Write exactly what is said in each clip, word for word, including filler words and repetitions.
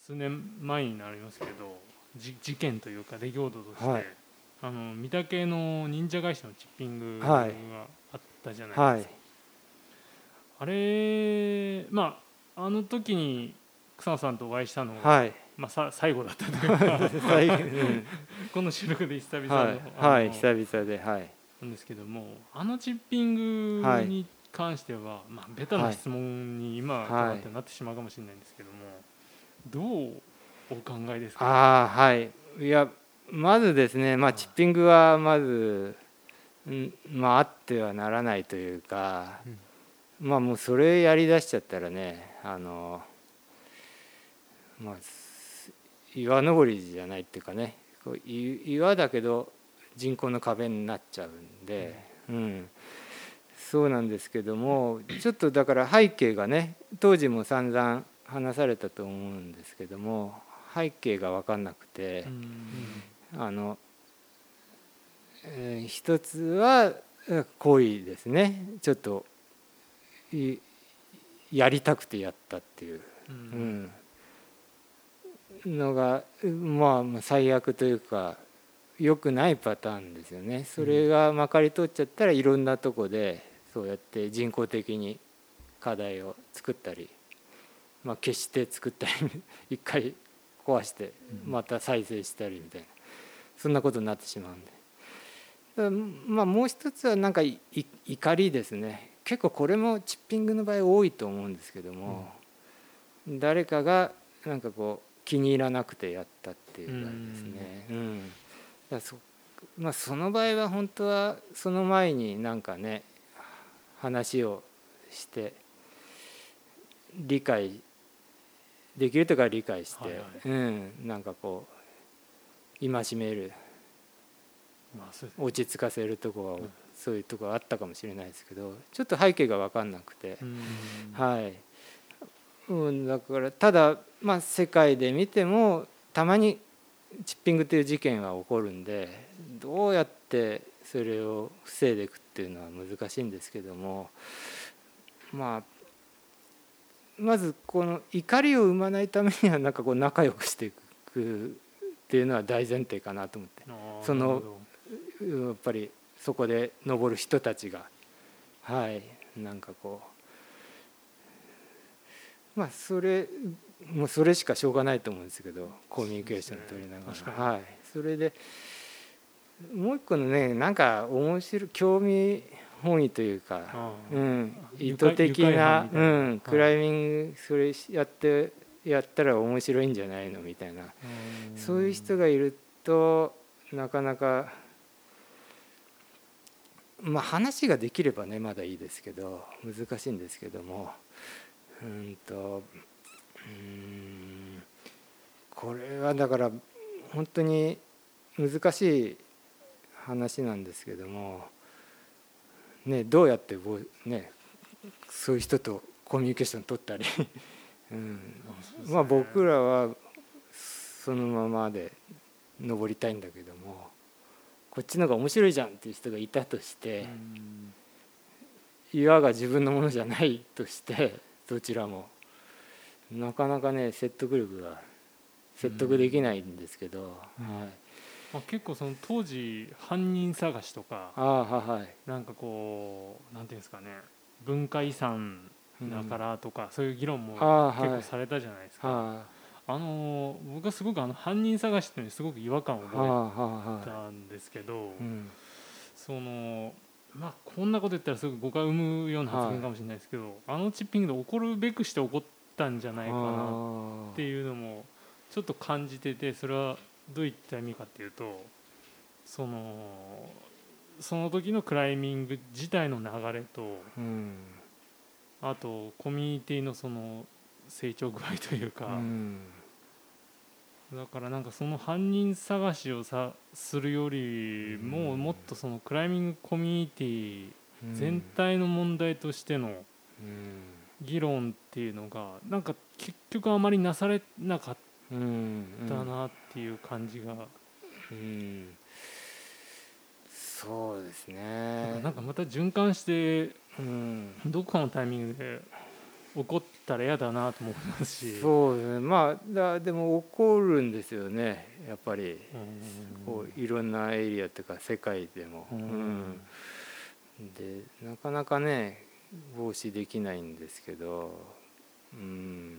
数年前になりますけど事件というか出来事として、はい、あの御嶽の忍者返しのチッピングがあったじゃないですか、はい、あれまああの時に草野さんとお会いしたのが、はい、まあ、さ最後だったというか、うん、この収録で久々の、はいはい、久々で、はい、 なんですけども、あのチッピングに関しては、はい、まあ、ベタな質問に今となってなってしまうかもしれないんですけども、どうお考えですか？ あ、はい、いやまずですね、まあ、チッピングはまず、んまあ、あってはならないというか、うん、まあもうそれやりだしちゃったらね、あのまあ岩登りじゃないっていうかね、こう岩だけど人工の壁になっちゃうんで、うん、うん、そうなんですけども、ちょっとだから背景がね、当時も散々話されたと思うんですけども、背景が分かんなくて、うん、あの、えー、一つは行為ですね。ちょっとやりたくてやったっていう、うんうん、のがまあ最悪というか良くないパターンですよね。それがまかり通っちゃったらいろんなとこでそうやって人工的に課題を作ったり、まあ、消して作ったり一回壊してまた再生したりみたいな、そんなことになってしまうんで。まあ、もう一つはなんか怒りですね。結構これもチッピングの場合多いと思うんですけども、うん、誰かがなんかこう気に入らなくてやったっていう場合ですね。うん、うん、だそまあ、その場合は本当はその前になんかね話をして理解できるとか理解して、はいはい、うん、なんかこう戒める、まあ、落ち着かせるところは、うん、そういうところあったかもしれないですけど、ちょっと背景が分かんなくて、はい、うん、だからただまあ世界で見てもたまにチッピングという事件は起こるんで、どうやってそれを防いでいくっていうのは難しいんですけども、まあまずこの怒りを生まないためにはなんかこう仲良くしていくっていうのは大前提かなと思って、そのやっぱりそこで登る人たちが、はいなんかこうまあそれもうそれしかしょうがないと思うんですけど、コミュニケーション取りながら、はい、それでもう一個のね、なんか面白い興味本位というか、うん、意図的な、うん、クライミングそれやってやったら面白いんじゃないのみたいな、そういう人がいるとなかなかまあ話ができればねまだいいですけど難しいんですけども、うんとうんこれはだから本当に難しい話なんですけども、ね、どうやってねそういう人とコミュニケーション取ったり、うんまあ、僕らはそのままで登りたいんだけども、こっちの方が面白いじゃんっていう人がいたとして、岩が自分のものじゃないとしてどちらもなかなかね説得力が説得できないんですけど、はいまあ、結構その当時犯人探しとか、 あ、はい、 なんかこうなんていうんですかね、文化遺産だからとか、うん、そういう議論も結構されたじゃないですか。あ、はい、あの僕はすごくあの犯人探しっていうのにすごく違和感を覚えたんですけど、はいはいうん、そのまあこんなこと言ったらすぐ誤解を生むような発言かもしれないですけど、はい、あのチッピングで起こるべくして起こったんじゃないかなっていうのもちょっと感じてて、それはどういった意味かっていうと、そのその時のクライミング自体の流れと、うん、あとコミュニティのその成長具合というか、うん、だからなんかその犯人探しをさするよりも、もっとそのクライミングコミュニティ全体の問題としての議論っていうのがなんか結局あまりなされなかったなっていう感じが、うんうんそうですね。 なんかまた循環して、うん、どこかのタイミングで怒ったら嫌だなと思いますし。 そうですね。まあだでも怒るんですよねやっぱり、こういろんなエリアというか世界でも、うん、でなかなかね防止できないんですけど、うん、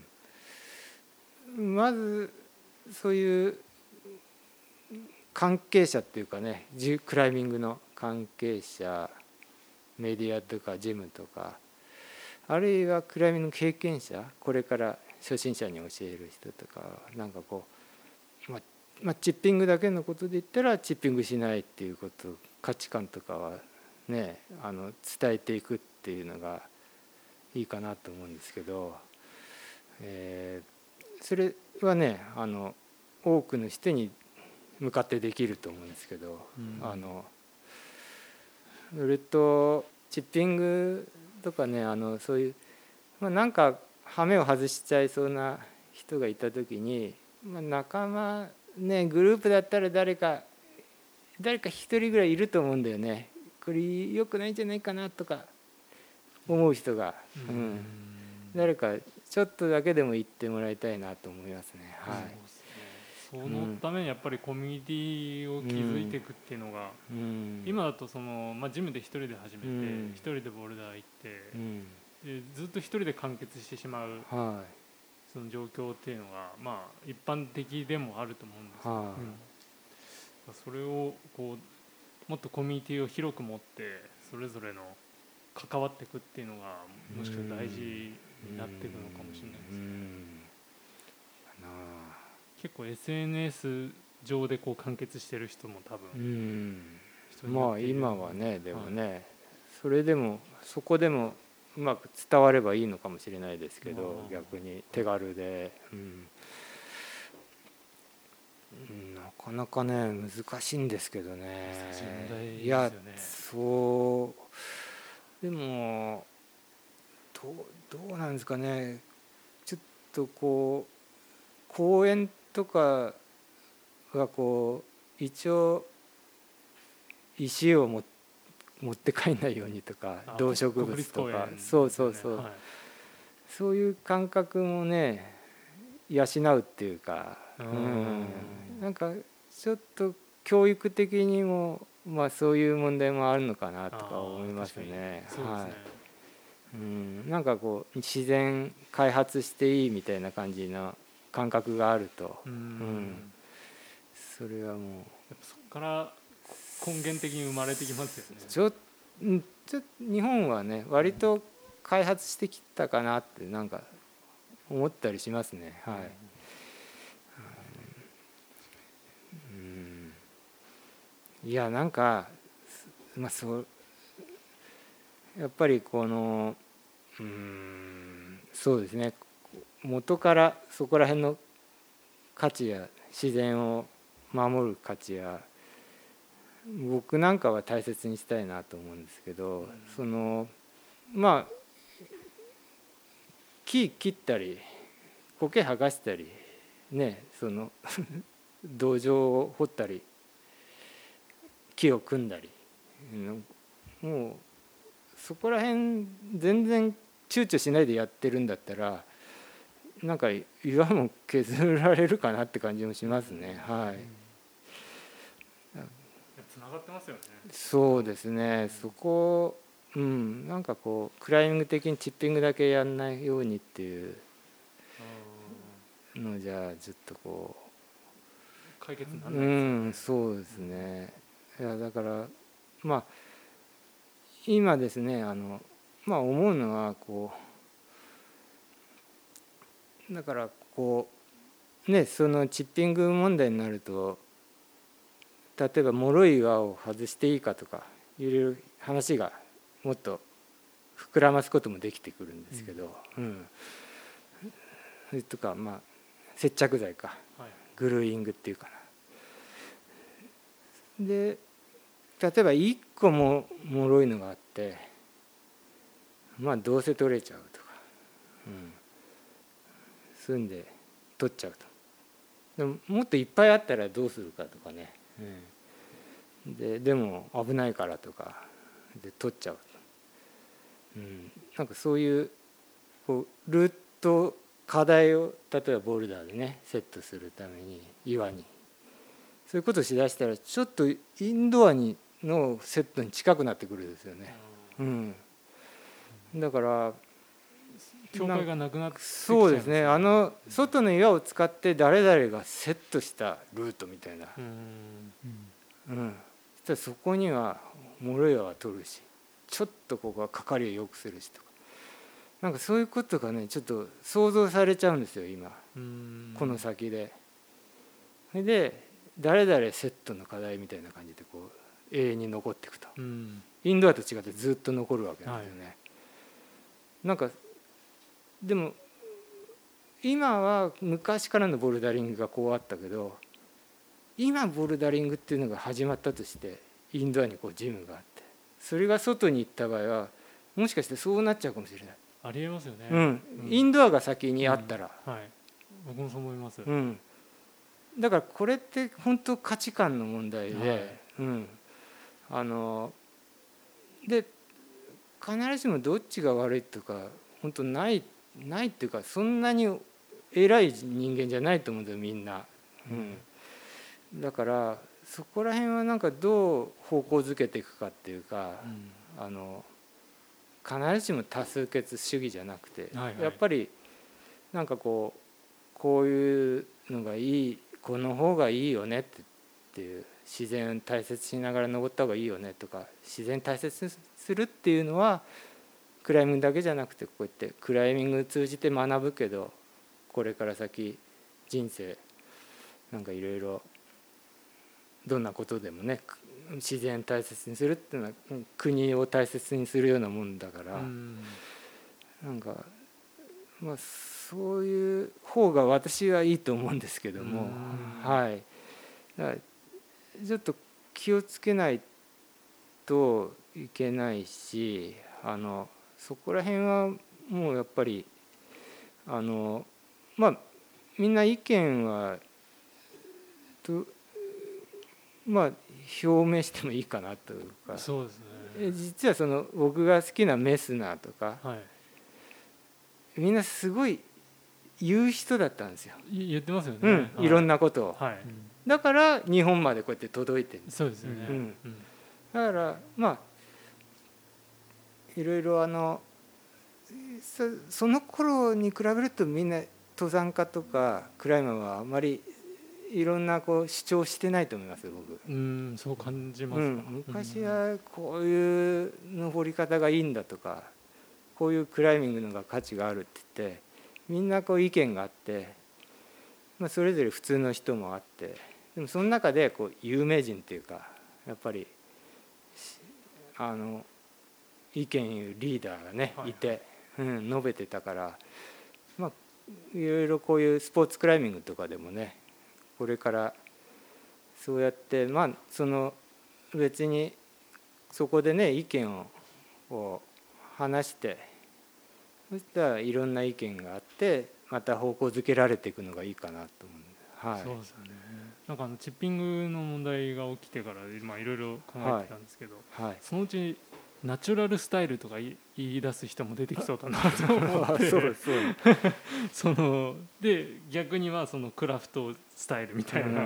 まずそういう関係者っていうかね、クライミングの関係者、メディアとかジムとか、あるいはクライミング経験者、これから初心者に教える人とか、なんかこう、まあ、まあチッピングだけのことで言ったらチッピングしないっていうこと、価値観とかはね、あの伝えていくっていうのがいいかなと思うんですけど、えー、それはね、あの多くの人に向かってできると思うんですけど、うん、あのそれとチッピングとかね、あのそういう、まあ、なんか羽目を外しちゃいそうな人がいた時に、まあ、仲間ね、グループだったら誰か誰か一人ぐらいいると思うんだよね。これ良くないんじゃないかなとか思う人が、うん、誰かちょっとだけでも言ってもらいたいなと思いますね。はい。 そのためにやっぱりコミュニティを築いていくっていうのが、うん、今だとその、まあ、ジムで一人で始めて、うん、一人でボルダー行って、うん、でずっと一人で完結してしまう、はい、その状況っていうのが、まあ、一般的でもあると思うんですけど、はい、うん、それをこうもっとコミュニティを広く持ってそれぞれの関わっていくっていうのがもしかしたら大事になっていくのかもしれないですね。うんうん、結構 エスエヌエス 上でこう完結してる人も多分、うん、 まあ今はね、でもね、はい、それでもそこでもうまく伝わればいいのかもしれないですけど、逆に手軽で、うん、なかなかね難しいんですけどね。 難しい問題ですよね。 いや、そうでもどう、どうなんですかね。ちょっとこう公園とかがこう一応石を持って帰んないようにとか、動植物とか、そうそうそう、はい、そういう感覚もね養うっていうか、うん、なんかちょっと教育的にもまあそういう問題もあるのかなとか思いますね。はい、うん、なんかこう自然開発していいみたいな感じの感覚があると、うん、うん、それはもうやっぱそこから根源的に生まれてきますよね。 ちょちょ日本はね割と開発してきたかなってなんか思ったりしますね。はい、うん、いやなんかまあそうやっぱりこのうんそうですね、元からそこら辺の価値や自然を守る価値や僕なんかは大切にしたいなと思うんですけど、そのまあ木切ったり苔剥がしたりね、その土壌を掘ったり木を組んだり、もうそこら辺全然躊躇しないでやってるんだったらなんか岩も削られるかなって感じもしますね。はい。 つながってますよね。 そうですね。そこ、うん、なんかこうクライミング的にチッピングだけやんないようにっていうのじゃずっとこう解決にならないですよね。 うん、そうですね。いやだからまあ今ですね、あのまあ思うのはこうだからこうね、そのチッピング問題になると例えば脆い岩を外していいかとかいう話がもっと膨らますこともできてくるんですけど、うん、それとかまあ接着剤か、はい、グルーイングっていうかな。で例えばいっこも脆いのがあってまあどうせ取れちゃうとか、うん、済んで取っちゃうと。でももっといっぱいあったらどうするかとかね、うん、ででも危ないからとかで取っちゃう、うん、なんかそういうこうルート課題を例えばボルダーでねセットするために岩にそういうことをしだしたらちょっとインドアにのセットに近くなってくるんですよね。うん、だから境界がなくなってきちゃいますね。 そうですね。あの外の岩を使って誰々がセットしたルートみたいな、うん、うん、そしたらそこには諸岩は取るし、ちょっとここはかかりを良くするしとか、なんかそういうことがねちょっと想像されちゃうんですよ今、この先で。それで誰々セットの課題みたいな感じでこう永遠に残っていくと、うん、インドアと違ってずっと残るわけなんですよね。はい、なんかでも今は昔からのボルダリングがこうあったけど、今ボルダリングっていうのが始まったとしてインドアにこうジムがあって、それが外に行った場合はもしかしてそうなっちゃうかもしれない。 ありえますよね、 うんうん、インドアが先にあったら、 うん、はい、僕もそう思います、 うん、だからこれって本当価値観の問題で、はい、うん、あので必ずしもどっちが悪いとか本当ないないっていうか、そんなに偉い人間じゃないと思うんだよみんな、うん、だからそこら辺はなんかどう方向づけていくかっていうか、うん、あの必ずしも多数決主義じゃなくて、はいはい、やっぱりなんかこうこういうのがいい、この方がいいよねっていう、自然を大切しながら登った方がいいよねとか、自然大切にするっていうのはクライミングだけじゃなくて、こうやってクライミングを通じて学ぶけど、これから先人生なんかいろいろどんなことでもね自然大切にするっていうのは国を大切にするようなもんだから、うん、なんかまあそういう方が私はいいと思うんですけども、はい、だからちょっと気をつけないといけないし、あのそこら辺はもうやっぱりあのまあみんな意見はとまあ表明してもいいかなというか。 そうですね。 実はその僕が好きなメスナーとか、はい、みんなすごい言う人だったんですよ。 言ってますよね、 うん、はい、いろんなことを、 はい、 だから日本までこうやって届いてる。 そうですよね、うん、 だからまあいろいろあの そ, その頃に比べるとみんな登山家とかクライマーはあまりいろんなこう主張してないと思いますよ僕。 うん、そう感じますか、うん、 昔はこういう登り方がいいんだとか、こういうクライミングのが価値があるって言ってみんなこう意見があって、まあ、それぞれ普通の人もあって、でもその中でこう有名人っていうかやっぱりあの意見言うリーダーがね、はい、いて、うん、述べてたから、まあいろいろこういうスポーツクライミングとかでもね、これからそうやってまあその別にそこでね意見をを話して、そしたらいろんな意見があってまた方向づけられていくのがいいかなと思う、はい、 そうですよね。なんかあのチッピングの問題が起きてからまあいろいろ考えてたんですけど、はいはい、そのうちナチュラルスタイルとか言い出す人も出てきそうだなと思ってそうそうそので逆にはそのクラフトスタイルみたいな、うん、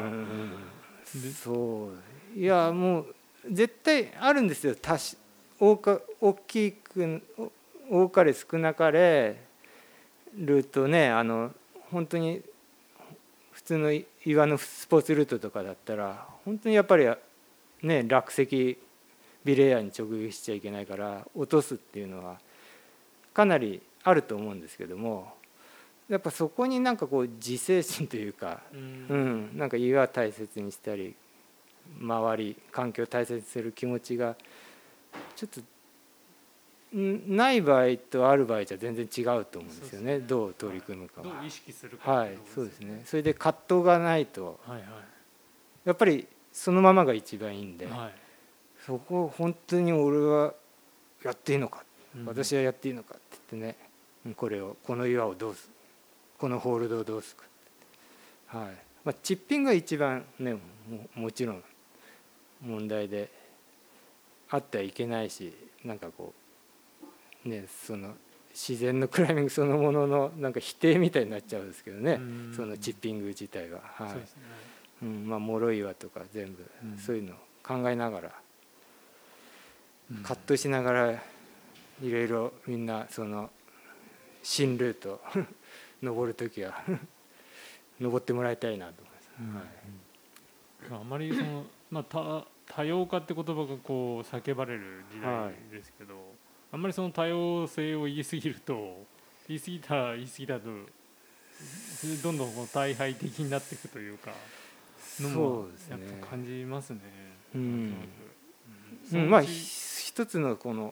そういやもう絶対あるんですよ。多し多か大きく多かれ少なかれルートね、あの本当に普通の岩のスポーツルートとかだったら本当にやっぱりね落石ビレイヤーに直撃しちゃいけないから落とすっていうのはかなりあると思うんですけども、やっぱそこになんかこう自制心というか、うん、うん、なんか岩大切にしたり周り環境を大切にする気持ちがちょっとない場合とある場合じゃ全然違うと思うんですよね。どう取り組むかは、 どう意識するか、 はい、そうですね。それで葛藤がないと、 はいはい、 やっぱりそのままが一番いいんで、 はい、 そこを本当に俺はやっていいのか、うん、私はやっていいのかって言ってね、これをこの岩をどうする、このホールドをどうするか、はい、まあ、チッピングが一番ね も, もちろん問題であってはいけないし、なんかこうねその自然のクライミングそのもののなんか否定みたいになっちゃうんですけどね、そのチッピング自体は、はい、そうですね、うん、まあ脆岩とか全部そういうのを考えながら、うん、葛藤しながらいろいろみんなその新ルート登るときは登ってもらいたいなと思います、うんはい、あまりその、まあ、多, 多様化って言葉がこう叫ばれる時代ですけど、はい、あんまりその多様性を言い過ぎると言い過ぎたら言い過ぎたとどんどんこう大敗的になっていくというかのもやっぱ感じますね。 うん、うん、まあ一つのこの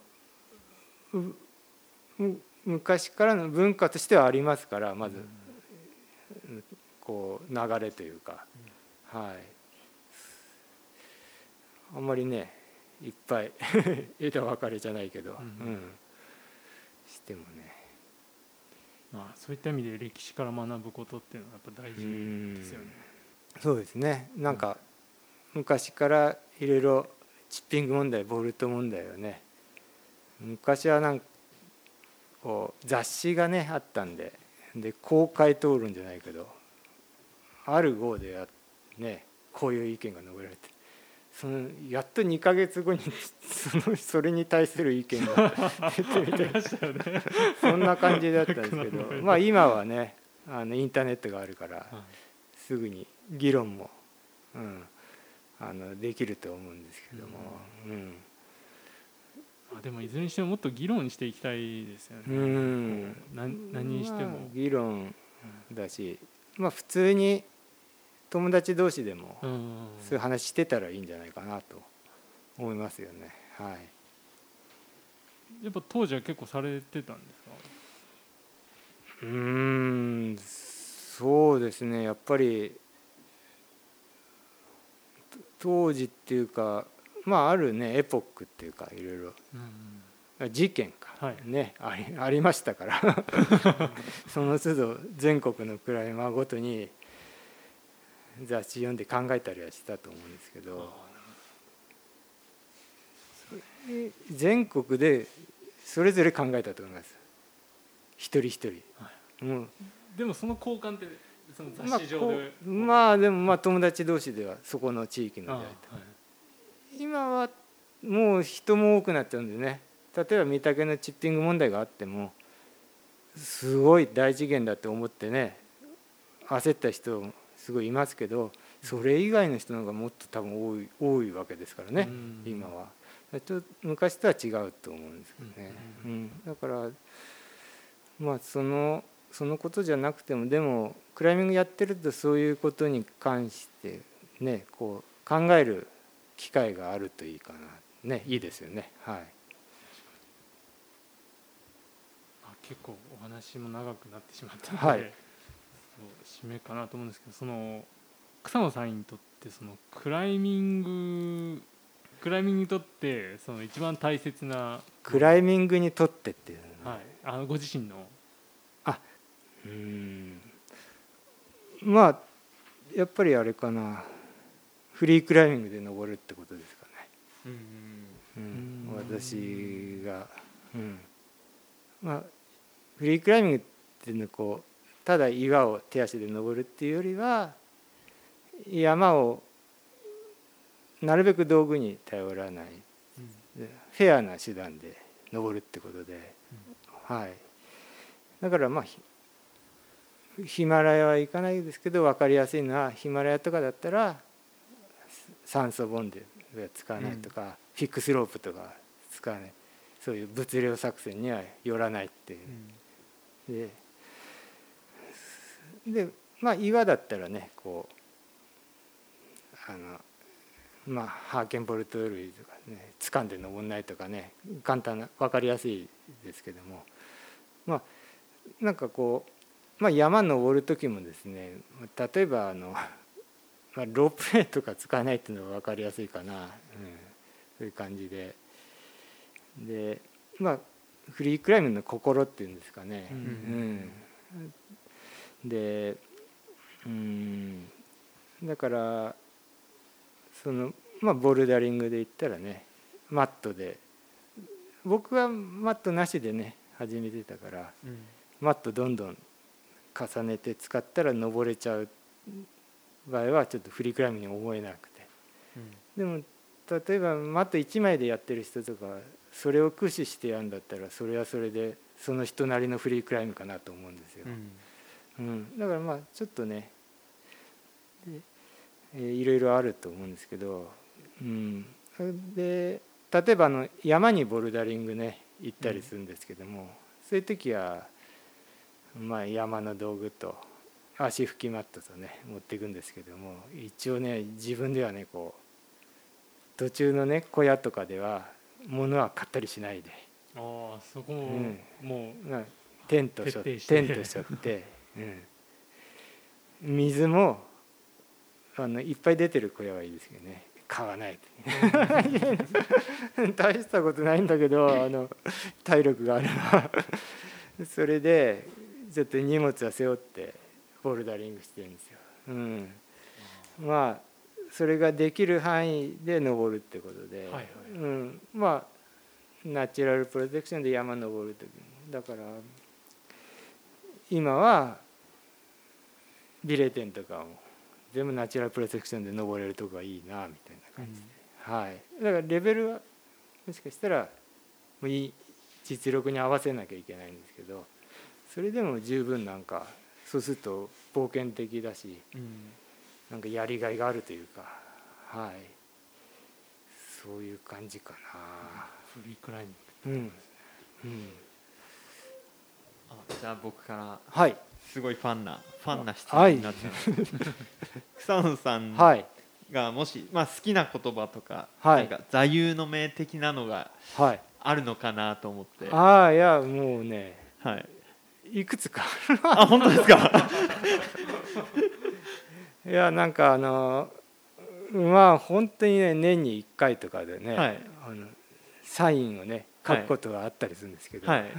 昔からの文化としてはありますから、まずこう流れというか、はい、あんまりねいっぱい枝分かれじゃないけど、うん、してもね、 まあそういった意味で歴史から学ぶことっていうのはやっぱ大事ですよね。 そうですね。なんか昔からいろいろチッピング問題、ボルト問題はね、昔はなんかこう雑誌がねあったんで、で公開討論じゃないけど、ある号でやねこういう意見が述べられて、そのやっとにかげつごにそのそれに対する意見が出てみたいなそんな感じだったんですけど、まあ今はねあのインターネットがあるからすぐに議論も、うん、あのできると思うんですけども、うんうん、 あでもいずれにしてももっと議論していきたいですよね。うん、何, 何にしても、まあ、 議論だし、まあ普通に友達同士でもそういう話してたらいいんじゃないかなと思いますよね。はい。 やっぱ当時は結構されてたんですか？ うーん、そうですね。やっぱり当時っていうか、まああるねエポックっていうかいろいろ、うん、事件か、はい、ねあり、ありましたからその都度全国のクライマーごとに雑誌読んで考えたりはしたと思うんですけど、全国でそれぞれ考えたと思います、一人一人、はい、 うん、でもその交換ってその雑誌上で、 まあ、まあでもまあ友達同士ではそこの地域のであると、はい、今はもう人も多くなっちゃうんでね、例えば御嶽のチッピング問題があってもすごい大事件だって思ってね焦った人すごいいますけど、それ以外の人の方がもっと多分多い多いわけですからね、今は。ちょっと昔とは違うと思うんですけどね、うん、だからまあそのそのことじゃなくても、でもクライミングやってるとそういうことに関してねこう考える機会があるといいかなね、いいですよね。はい。 結構お話も長くなってしまったので、はい、締めかなと思うんですけど、その草野さんにとってそのクライミングクライミングにとってその一番大切なクライミングにとってっていうのは、はい、あのご自身のあうーんまあやっぱりあれかな、フリークライミングで登るってことですかね。うん、うん、私が、うん、まあフリークライミングっていうのはこうただ岩を手足で登るっていうよりは、山をなるべく道具に頼らない、うん、フェアな手段で登るってことで、うん、はい。だからまあヒマラヤは行かないですけど、分かりやすいのはヒマラヤとかだったら酸素ボンドは使わないとか、うん、フィックスロープとか使わない、そういう物量作戦にはよらないっていう、うん、ででまあ岩だったらねこうあのまあハーケンボルト類とかね掴んで登んないとかね、簡単な分かりやすいですけども、まあなんかこうまあ、山登る時もですね、例えばあの、まあ、ロープウェイとか使わないっていうのが分かりやすいかな、うん、そういう感じで、でまあフリークライミングの心っていうんですかね、うんうん、でうんだからその、まあ、ボルダリングで言ったらねマットで、僕はマットなしでね始めてたから、 うん、 マットどんどん重ねて使ったら登れちゃう場合はちょっとフリークライミングに思えなくて、うん、でも例えばマットいちまいでやってる人とかそれを駆使してやるんだったらそれはそれでその人なりのフリークライムかなと思うんですよ、うんうん、だからまあちょっとねで、えー、いろいろあると思うんですけど、うん、で例えばあの山にボルダリングね行ったりするんですけども、うん、そういう時はまあ山の道具と足拭きマットとね持っていくんですけども、一応ね自分ではねこう途中のね小屋とかでは物は買ったりしないで、 ああそこも、うん、もうテントしょテントしょって、うん、水もあのいっぱい出てる小屋はいいですけどね買わない大したことないんだけどあの体力があればそれでちょっと荷物は背負ってボルダリングしてるんですよ、うん、まあそれができる範囲で登るってことで、はいはい、うん、まあナチュラルプロテクションで山登る時もだから今はビレテンとかも全部ナチュラルプロテクションで登れるとこがいいなみたいな感じで、うんはい、だからレベルはもしかしたらもういい実力に合わせなきゃいけないんですけど、それでも十分なんかそうすると冒険的だし、うん、なんかやりがいがあるというか、はい、そういう感じかな。 フリークライミング、うんうん、 あじゃあ僕から、 はい、 すごいファンなファンな質問になっちゃう、はい、草野さんがもし、まあ、好きな言葉とか、はい、なんか座右の銘的なのがあるのかなと思って、 はい、ああいやもうね、 はい、 いくつかあ本当ですかいやなんかあのまあ本当にね年にいっかいとかでね、はい、あのサインをね書くことがあったりするんですけど、はいうん、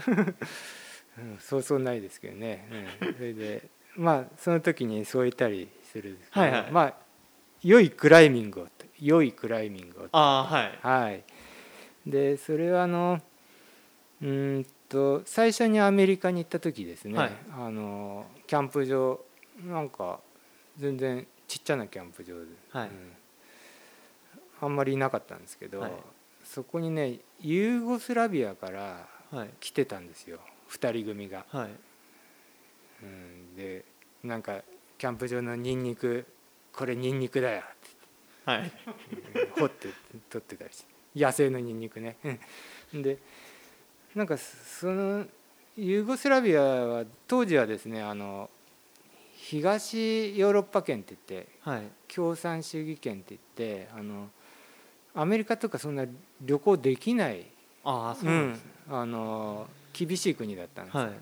そうそうないですけどね、うん、それでまあその時にそう言ったりするんですけど、はいはい、まあ良いクライミングを良いクライミングをあ、はいはい、でそれはあのうんと最初にアメリカに行った時ですね、はい、あのキャンプ場なんか全然ちっちゃなキャンプ場で、はいうん、あんまりいなかったんですけど、はい、そこにねユーゴスラビアから来てたんですよ、はい、ふたり組が、はいうん、でなんかキャンプ場のニンニクこれニンニクだよって、はい、掘って取ってたりして野生のニンニクねでなんかそのユーゴスラビアは当時はですねあの東ヨーロッパ圏って言って、はい、共産主義圏って言ってあのアメリカとかそんな旅行できないあそうなんですね、 うん、あの厳しい国だったんですよ、はい、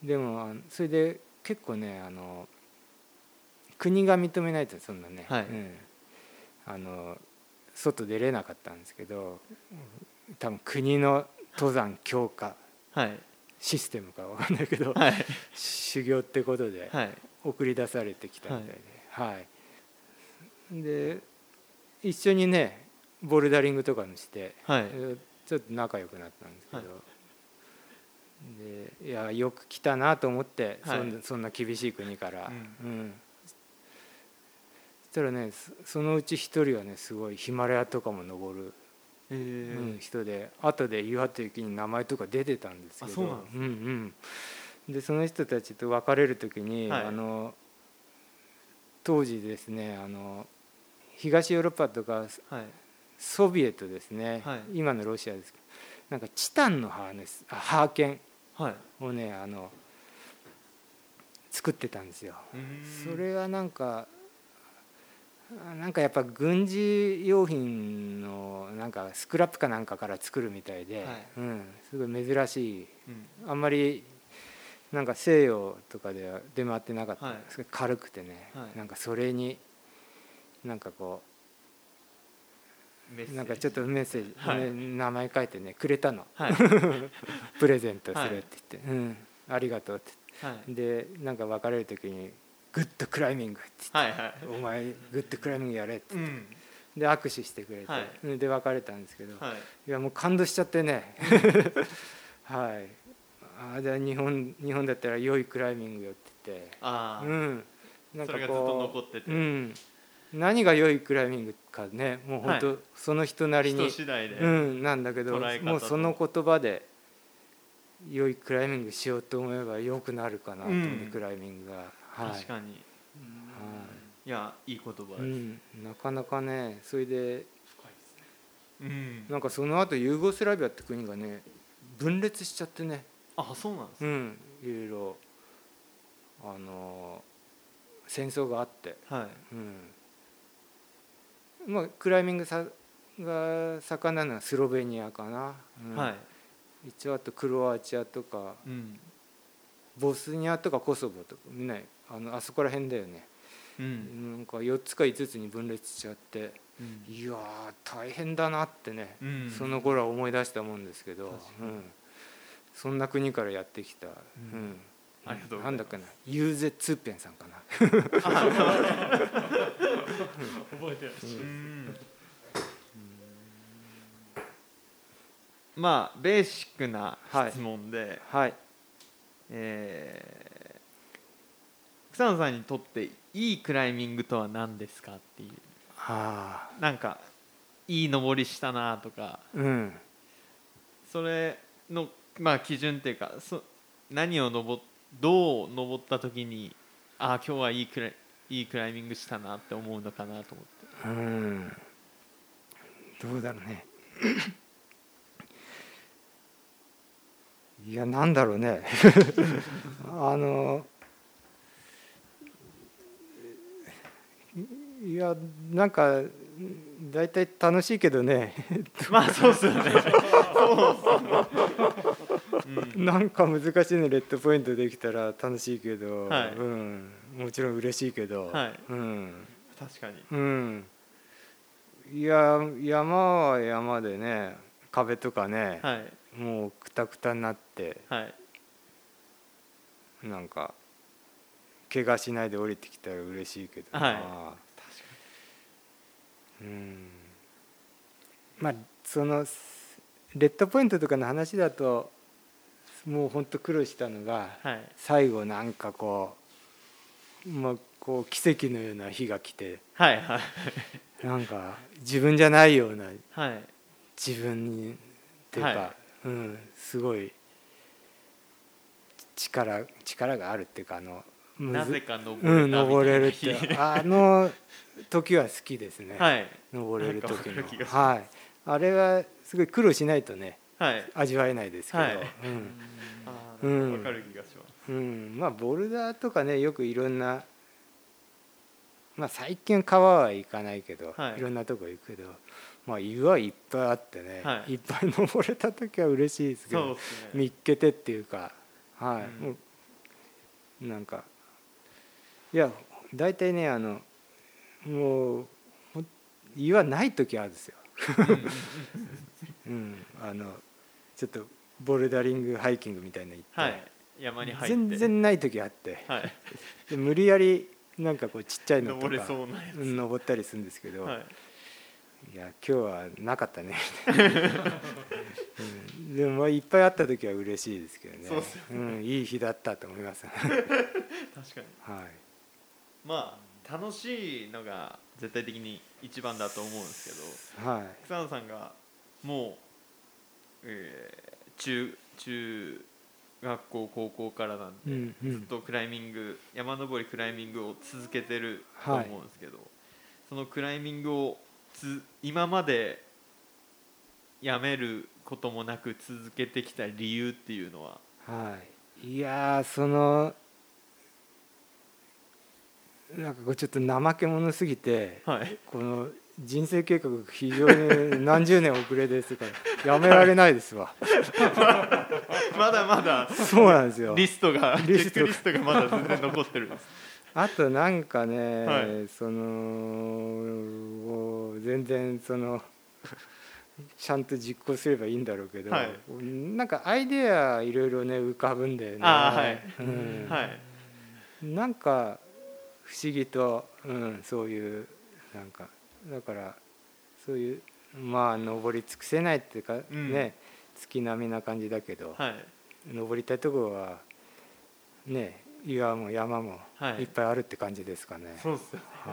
でもそれで結構ねあの国が認めないとそんなね、はいうん、あの外出れなかったんですけど多分国の登山強化システムか分かんないけど、はい、修行ってことで送り出されてきたみたいで、はいはい、で一緒にねボルダリングとかにして、はい、ちょっと仲良くなったんですけど、はい、でいやよく来たなと思って、はい、そんな、そんな厳しい国から、うんうん、そしたらねそのうち一人はねすごいヒマラヤとかも登る、えーうん、人で後で岩手行きに名前とか出てたんですけど、うんうん、でその人たちと別れる時に、はい、あの当時ですねあの東ヨーロッパとか、はい、ソビエトですね、はい、今のロシアですけどなんかチタンのハーネスあハーケンをね、はい、あの作ってたんですよ。それはなんかなんかやっぱ軍事用品のなんかスクラップかなんかから作るみたいで、はいうん、すごい珍しい、うん、あんまりなんか西洋とかでは出回ってなかったんですけど、はい、軽くてね、はい、なんかそれになんかこうなんかちょっとメッセージ、はい、名前書いてねくれたの、はい、プレゼントするって言って、はいうん、ありがとうって、はい、でなんか別れる時にグッドクライミングって言って、はいはい、お前グッドクライミングやれって言って、うん、で握手してくれて、はい、で別れたんですけど、はい、いやもう感動しちゃってねはいああじゃあ日本日本だったら良いクライミングよって言って、 あ、 うん、 なんかこうそれがずっと残ってて、 うん、何が良いクライミングかねもう本当その人なりに、 はい、人次第で、 うん、なんだけどもうその言葉で良いクライミングしようと思えば良くなるかなと思って、うん、クライミングが、 はい、確かに、はい、いやいい言葉です、うん、 なかなかねそれで深いですね、 うん、 なんかその後ユーゴスラビアって国がね分裂しちゃってね、 あそうなんですか、 うん、いろいろあの戦争があって、 はい、 うん、まあクライミングさが盛んなのはスロベニアかな、うん、 はい、 一応あとクロアチアとか、うん、ボスニアとかコソボとかね あのあそこら辺だよね、うん、なんかよっつかいつつに分裂しちゃって、うん、いや大変だなってね、うん、その頃は思い出したもんですけど、うん、そんな国からやってきた、うん、 ありがとうございます。 なんだっけなユーゼ・ツーペンさんかな覚えてるし、うん、 まあベーシックな質問で、 はいはい、 えー、草野さんにとっていいクライミングとは何ですかっていう、 はあ、 なんかいい登りしたなとか、 うん、 それのまあ基準っていうかそ何を登どう登った時にああ今日はいいクライいいクライミングしたなって思うのかなと思って、 うん、どうだろうねいやなんだろうねあのいやなんかだいたい楽しいけどねまあそうっすよねうん、なんか難しいのレッドポイントできたら楽しいけど、はい、うん、もちろん嬉しいけど、 はい、 うん、 確かに、 うん、いや山は山でね壁とかね、はい、もうクタクタになって、はい、なんか怪我しないで降りてきたら嬉しいけど、はい、確かに、うん、まあそのレッドポイントとかの話だともう本当苦労したのが、はい、最後なんかこう、まあ、こう奇跡のような日が来て、はいはい、なんか自分じゃないような、はい、自分にっていうか、はい、うん、すごい力力があるっていうかあのなぜか登れた、 うん、登れるってあの時は好きですね、はい、登れる時の、はい、あれはすごい苦労しないとね、はい、味わえないですけど、はい、 うん、分かる気がします、 うん、まあボルダーとかねよくいろんな、まあ、最近川は行かないけど、はい、いろんなとこ行くけど、まあ、岩いっぱいあってね、はい、いっぱい登れた時は嬉しいですけど、そうですね、見っけてっていうか、はい、うん、もうなんかいや大体ねあのもう岩ない時あるんですよ、うん、あのちょっとボルダリングハイキングみたいなの行って、はい、 山に入って全然ない時あって、はい、で無理やりなんかこうちっちゃいのとか登れそうなやつ登ったりするんですけど、はい、いや今日はなかったねみたいな、うん、でもまあいっぱいあった時は嬉しいですけどね、そうですよね、うん、いい日だったと思います確かに、 はい、まあ楽しいのが絶対的に一番だと思うんですけど、はい、草野さんがもう、えー、中中学校高校からなんで、うんうん、ずっとクライミング山登りクライミングを続けてると思うんですけど、はい、そのクライミングをつ今までやめることもなく続けてきた理由っていうのは、 はい、いやそのなんかこうちょっと怠け者すぎて、はい、この人生計画非常に何十年遅れですからやめられないですわまだまだそうなんですよリストがリストリストがまだ全然残ってるんですあとなんかね、はい、その全然そのちゃんと実行すればいいんだろうけど、はい、なんかアイデアいろいろね浮かぶんだよね、あ、はい、うんはい、なんか不思議と、うん、そういうなんかだからそういうまあ登り尽くせないっていうか、うん、ね月並みな感じだけど、はい、 登りたいところはね岩も山もいっぱいあるって感じですかね。はい、 そうですよね。はい、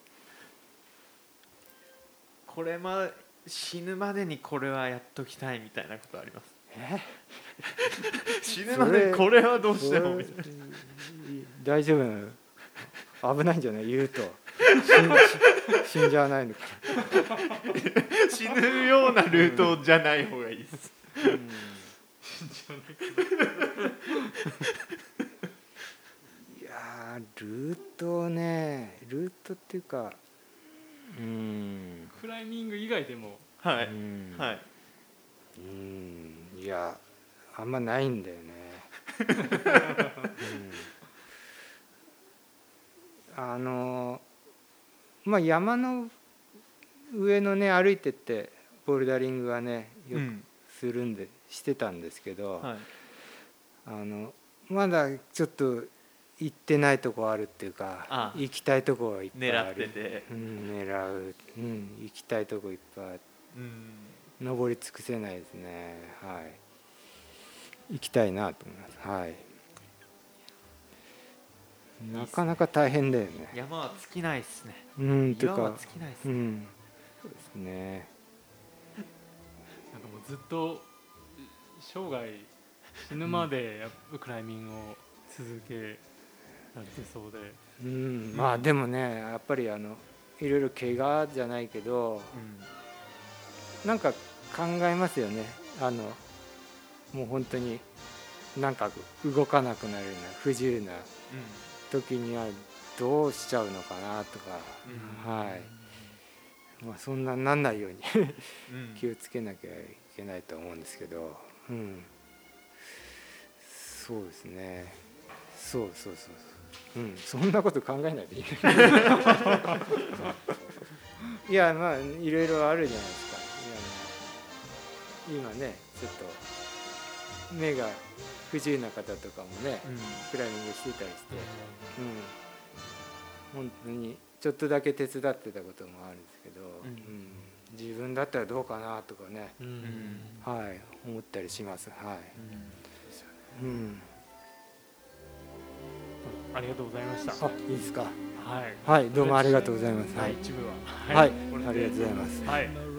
これま死ぬまでにこれはやっときたいみたいなことあります？え死ぬまでこれはどうしてもみたいな。 大丈夫なの？危ないんじゃない？言うと死ん、死んじゃわないのか死ぬようなルートじゃない方がいいです、うんうん、 いやルートねルートっていうかうんクライミング以外でもはい、うんはい、 うんいやあんまないんだよね、うん、あのまあ山の上のね歩いてってボルダリングはねよくするんで、うん、してたんですけど、はい、あのまだちょっと行ってないとこあるっていうかああ行きたいとこはいっぱいある。 狙ってて、 うん、狙う、うん、行きたいとこいっぱいある、うん、登り尽くせないですね。はい行きたいなと思います。はいなかなか大変だよね。 山は尽きないですね。 うん岩は尽きないですね、うん、 そうですね。 なんかもうずっと生涯死ぬまでやっぱクライミングを続けられてそうで、 うん、まあでもねやっぱりあのいろいろ怪我じゃないけど、うん、なんか考えますよね。あのもう本当になんか動かなくなるような不自由な時にはどうしちゃうのかなとか、うん、はいまあそんななんないように気をつけなきゃいけないと思うんですけど、うん、そうですねそうそうそうそう、うん、そんなこと考えないでいいいやまあいろいろあるじゃないですか。今ねちょっと目が不自由な方とかもね、うん、クライミングしてたりして、うん、本当にちょっとだけ手伝ってたこともあるんですけど、うんうん、自分だったらどうかなとかね、うん、はい思ったりします。はい、うんうん、 ありがとうございました。 あ、いいですか。 はい、 はい、どうもありがとうございます。 はい、一部は、 はい、はい、ありがとうございます。 はい。